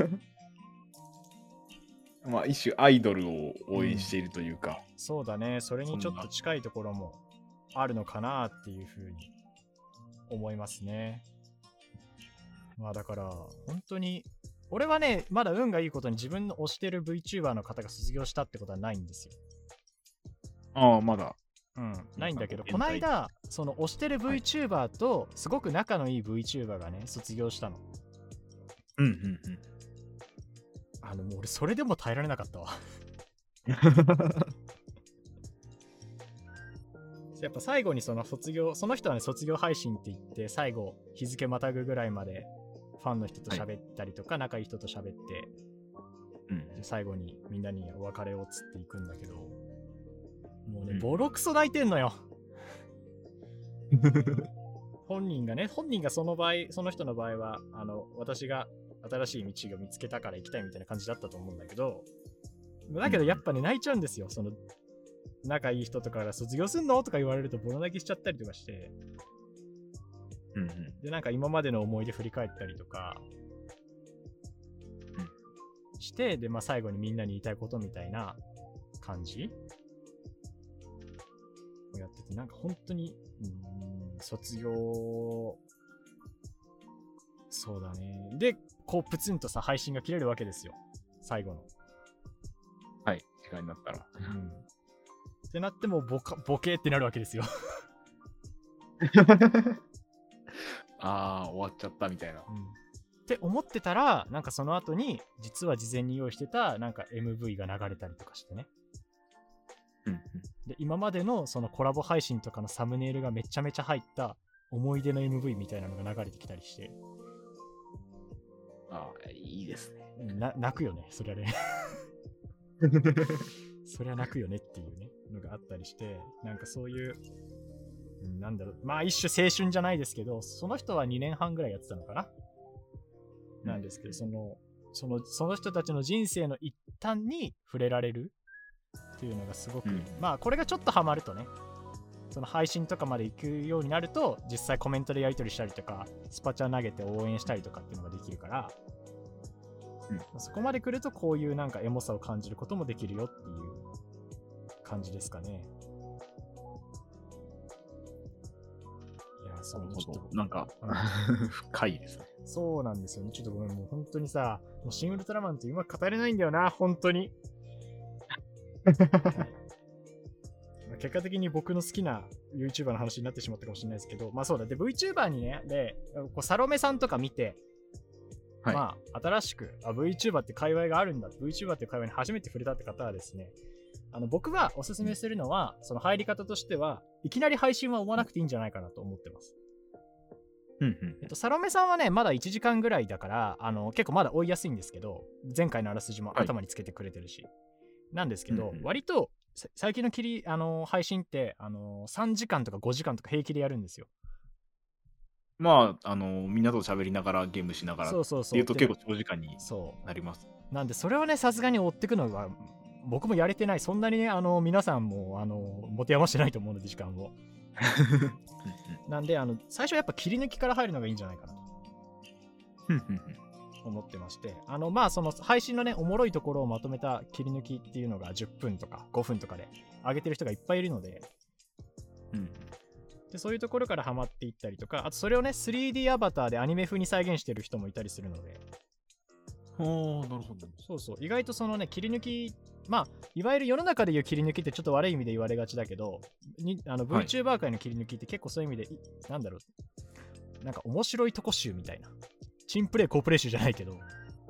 まあ一種アイドルを応援しているというか、 うん、そうだね、それにちょっと近いところもあるのかなっていうふうに思いますね。まあだから本当に俺はね、まだ運がいいことに自分の推してる VTuber の方が卒業したってことはないんですよ。 ああまだうんないんだけど、この間その推してる VTuber とすごく仲のいい VTuber がね卒業したの。 うんうんうん。 あのもう俺それでも耐えられなかったわやっぱ最後にその卒業、その人はね卒業配信って言って最後日付またぐぐらいまでファンの人と喋ったりとか、はい、仲いい人と喋って、うん、最後にみんなにお別れをつっていくんだけど、もうね、うん、ボロクソ泣いてんのよ本人がね、本人がその場合、その人の場合はあの私が新しい道を見つけたから行きたいみたいな感じだったと思うんだけど、だけどやっぱね泣いちゃうんですよ。その仲いい人とかから卒業すんのとか言われるとボロ泣きしちゃったりとかして、うんうん、でなんか今までの思い出振り返ったりとかして、でまあ最後にみんなに言いたいことみたいな感じをやってて、なんか本当にうーん卒業そうだね。でこうプツンとさ配信が切れるわけですよ、最後の。 はい時間になったら、 うん、ってなってもボカボケってなるわけですよああ終わっちゃったみたいな、うん、 って思ってたら、なんかその後に実は事前に用意してたなんか エムブイ が流れたりとかしてね、うんうん、で今までのそのコラボ配信とかのサムネイルがめちゃめちゃ入った思い出の エムブイ みたいなのが流れてきたりして、 ああいいですね。 な泣くよねそりゃねそりゃ泣くよねっていうねのがあったりして、なんかそういうなんだろう、まあ一種青春じゃないですけど、その人はにねんはんぐらいやってたのかな、うん、なんですけど、そのそのその人たちの人生の一端に触れられるっていうのがすごく、うん、まあこれがちょっとハマるとね、その配信とかまで行くようになると実際コメントでやり取りしたりとかスパチャ投げて応援したりとかっていうのができるから、うん、そこまで来るとこういうなんかエモさを感じることもできるよっていう感じですかね。いやそうちょっとなんか深いですね。 そうなんですよね。ちょっとごめん、もう本当にさ、もうシン・ウルトラマンってうまく語れないんだよな本当に、はい、結果的に僕の好きな YouTuber の話になってしまったかもしれないですけど、まあそうだ。で、VTuber にね、で、こうサロメさんとか見て、 はい、 まあ、新しくあ VTuber って界隈があるんだ、VTuber って界隈に初めて触れたって方はですね、あの僕がおすすめするのは、その入り方としては、いきなり配信は追わなくていいんじゃないかなと思ってます。 うんうんえっと、サロメさんはね、まだいちじかんぐらいだから、あの結構まだ追いやすいんですけど、前回のあらすじも頭につけてくれてるし、はい、なんですけど、うんうん、割と最近の切り、あの配信って、あのさんじかんとかごじかんとか平気でやるんですよ。 まあ、あのみんなと喋りながらゲームしながらっていうと結構長時間になります。 なんでそれをね、さすがに追っていくのが僕もやれてない。そんなにね、あの皆さんもあの持て余してないと思うので、時間を。なんであの最初はやっぱ切り抜きから入るのがいいんじゃないかなと思ってまして、あのまあその配信のねおもろいところをまとめた切り抜きっていうのがじゅっぷんとかごふんとかで上げてる人がいっぱいいるので、うん、でそういうところからハマっていったりとか、あとそれをね スリーディー アバターでアニメ風に再現してる人もいたりするので。 ああ、なるほど。 そうそう、意外とそのね切り抜き、まあいわゆる世の中でいう切り抜きってちょっと悪い意味で言われがちだけど、にあの VTuber 界の切り抜きって結構そういう意味で、はい、なんだろう、なんか面白いとこ集みたいな、チンプレイコープレイ集じゃないけど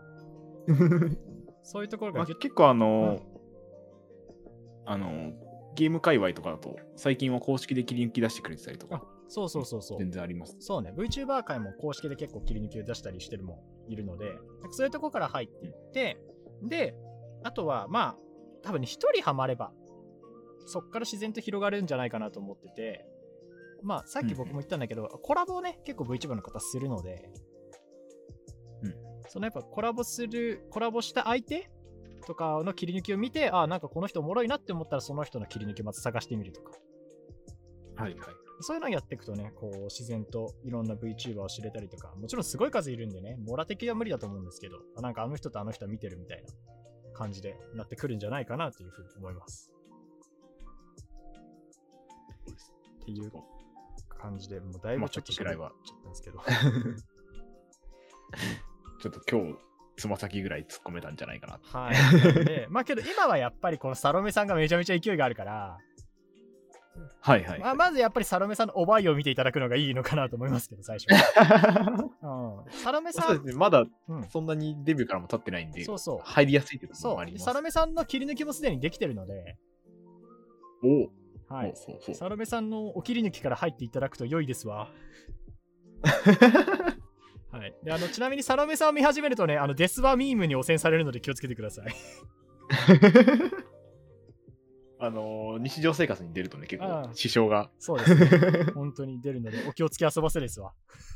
そういうところが、 まあ、結構あの、うん、あのゲーム界隈とかだと最近は公式で切り抜き出してくれてたりとか、 そうそうそうそう、 全然あります。 そうね、 VTuber 界も公式で結構切り抜きを出したりしてるもいるので、そういうところから入っていって、であとはまあ多分ね一人ハマればそっから自然と広がるんじゃないかなと思ってて、まあさっき僕も言ったんだけど、うん、コラボをね結構 VTuber の方するので、うん、そのやっぱコラボするコラボした相手とかの切り抜きを見て、ああなんかこの人おもろいなって思ったらその人の切り抜きをまず探してみるとか、 はいはい、 そういうのをやっていくとね、こう自然といろんな VTuber を知れたりとか、もちろんすごい数いるんでね、網羅的は無理だと思うんですけど、なんかあの人とあの人は見てるみたいな感じでなってくるんじゃないかなというふうに思います。っていう感じで、もうだいぶちょっとぐらいはちょっとですけどちょっと今日つま先ぐらい突っ込めたんじゃないかな。 はい。で、まあけど今はやっぱりこのサロメさんがめちゃめちゃ勢いがあるから、 はいはい、 まあ、まずやっぱりサロメさんのおばいを見ていただくのがいいのかなと思いますけど、最初は、うん、サロメさん、 そうですね、まだそんなにデビューからも経ってないんで、うん、そうそう入りやすいということもあります。 サロメさんの切り抜きもすでにできてるので、 おはい、そうそう、サロメさんのお切り抜きから入っていただくと良いですわはい、であのちなみにサロメさんを見始めるとね、あのデスバーミームに汚染されるので気をつけてくださいあのー、日常生活に出るとね、結構支障が。 そうですね。本当に出るので、お気をつけ遊ばせですわ。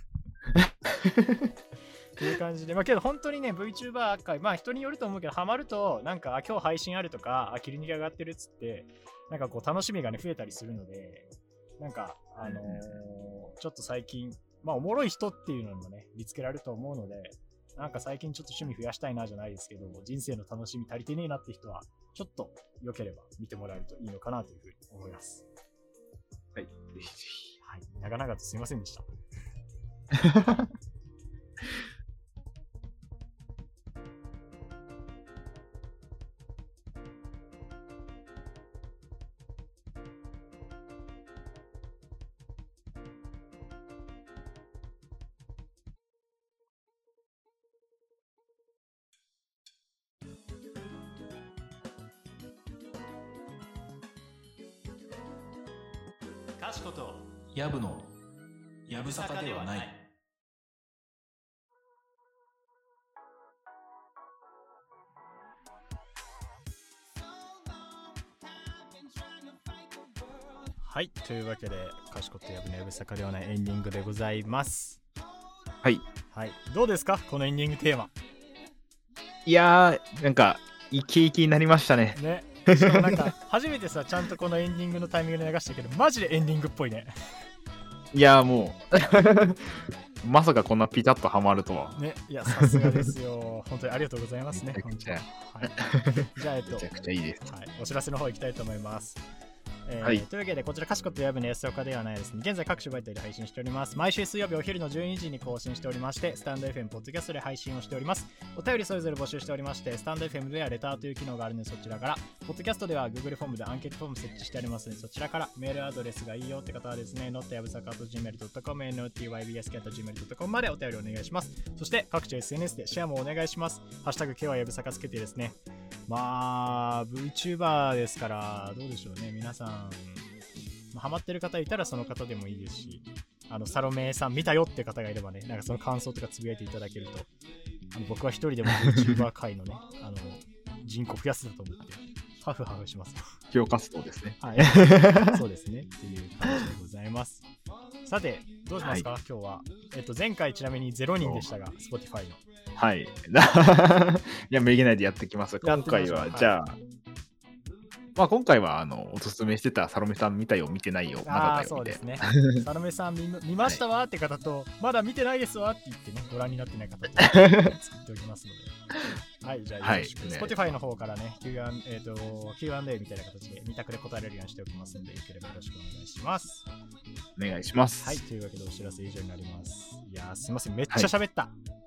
という感じで、まあけど本当にね、VTuber 界、まあ人によると思うけど、ハマると、なんか、あ今日配信あるとか、あ切り抜き上がってるっつって、なんかこう楽しみがね、増えたりするので、なんか、あのー、ちょっと最近、まあおもろい人っていうのもね、見つけられると思うので、なんか最近ちょっと趣味増やしたいなじゃないですけど、人生の楽しみ足りてねえなって人は、ちょっと良ければ見てもらえるといいのかなというふうに思います。 はい、ぜひぜひ。 はい、長々とすいませんでした。 かしことやぶのやぶさかではない。 はい、というわけでかしことやぶのやぶさかではないエンディングでございます。 はい、 はい、どうですかこのエンディングテーマ。 いやーなんかイキイキになりましたね。 ね、しかもなんか初めてさちゃんとこのエンディングのタイミングで流したけどマジでエンディングっぽいね。 いやーもうまさかこんなピタッとハマるとはね。いやさすがですよ本当にありがとうございますね。 めちゃくちゃ、 はい、じゃあえっとめちゃくちゃいいです。 はい、お知らせの方行きたいと思います。 えーはいというわけで、こちら、かしことやぶの安岡ではないですね。現在、各種媒体で配信しております。毎週水曜日お昼のじゅうにじに更新しておりまして、スタンド エフエム、ポッドキャストで配信をしております。お便りそれぞれ募集しておりまして、スタンド エフエム ではレターという機能があるので、そちらから、ポッドキャストでは Google フォームでアンケートフォーム設置してありますので、そちらからメールアドレスがいいよって方はですね、ノットやぶさか ジーメールドットコム、ノットヤブサカ アット ジーメールドットコム までお便りお願いします。そして、各種 エスエヌエス でシェアもお願いします。ハッシュタグ ケーワイ やぶさかつけてですね、まあ、VTuber ですから、どうでしょうね、皆さん、まあハマってる方いたらその方でもいいですし、あの、サロメさん見たよって方がいればね、なんかその感想とかつぶやいていただけると、あの僕は一人でも VTuber 界のね、あの、人口増やすだと思って、ハフハフします。 評活動ですね。 はい。そうですね。っていう感じでございます。さて、どうしますか、 は今日は。えっと、前回ちなみにゼロにんでしたが、Spotify の。 はい。いや、めげないでやってきます。 やって今みましょう回は、じゃあ、まあ今回は、あの、おすすめしてたサロメさん見たよ、見てないよ、まだああ、 だよ、みたいそうですねな。。 サロメさん見見ましたわって方と、まだ見てないですわって言ってね、ご覧になってない方と作っておりますので。はい、じゃあよろしく。 はいね Spotify の方からね、Q and A、えーと キューアンドエー みたいな形でに択で答えれるようにしておきますので、よければよろしくお願いします。 お願いします。 はい、というわけでお知らせ以上になります。いやー、すいません、めっちゃ喋った。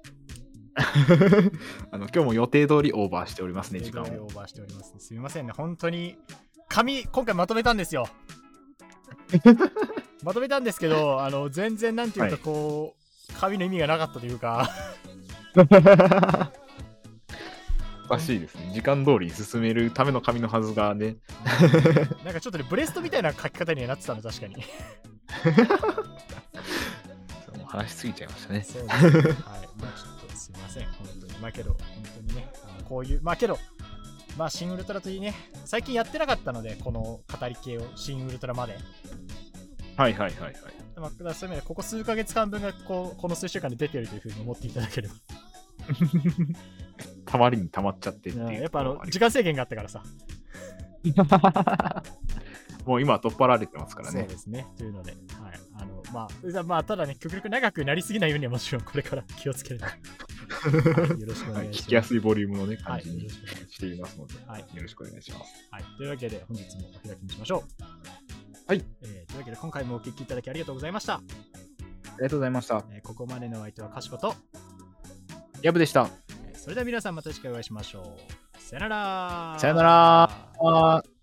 あの今日も予定通りオーバーしておりますね、時間オを。 ーバーしておりますね。すみませんね、本当に。紙、今回まとめたんですよ。まとめたんですけど、あの全然なんていうか、こう、紙の意味がなかったというか。 おかしいですね。時間通りに進めるための紙のはずがね。 なんかちょっとね、ブレストみたいな書き方にはなってたの、確かに。 もう話しすぎちゃいましたね。 そうですね。はい。まあちょっとすいません、本当に。まあけど、本当にね、あのこういう、まあけど、まあシンウルトラといいね、最近やってなかったので、この語り系を、シンウルトラまで。 はいはいはいはい。 まあ、だからそういう意味で、ここ数ヶ月間分がこうこの数週間で出てるというふうに思っていただければ。 たまりにたまっちゃってっていう。 やっぱあの、時間制限があったからさ。 もう今は取っ払われてますからそうね。 ですね。というので、はい。あの、まあ、まあ、ただね、極力長くなりすぎないようにはもちろんこれから気をつける。はい、よろしくお願いします。 聞きやすいボリュームのね、感じはい、よにろしくお願いします。 していますので、 はい、 よろしくお願いします。 はい。というわけで、本日もお開きにしましょう。 はい。 えー、というわけで、今回もお聞きいただきありがとうございました。 ありがとうございました。 えー、ここまでのお相手はかしこと、 ヤブでした。 えーそれでは皆さんまた次回お会いしましょう。さよなら。 さよなら。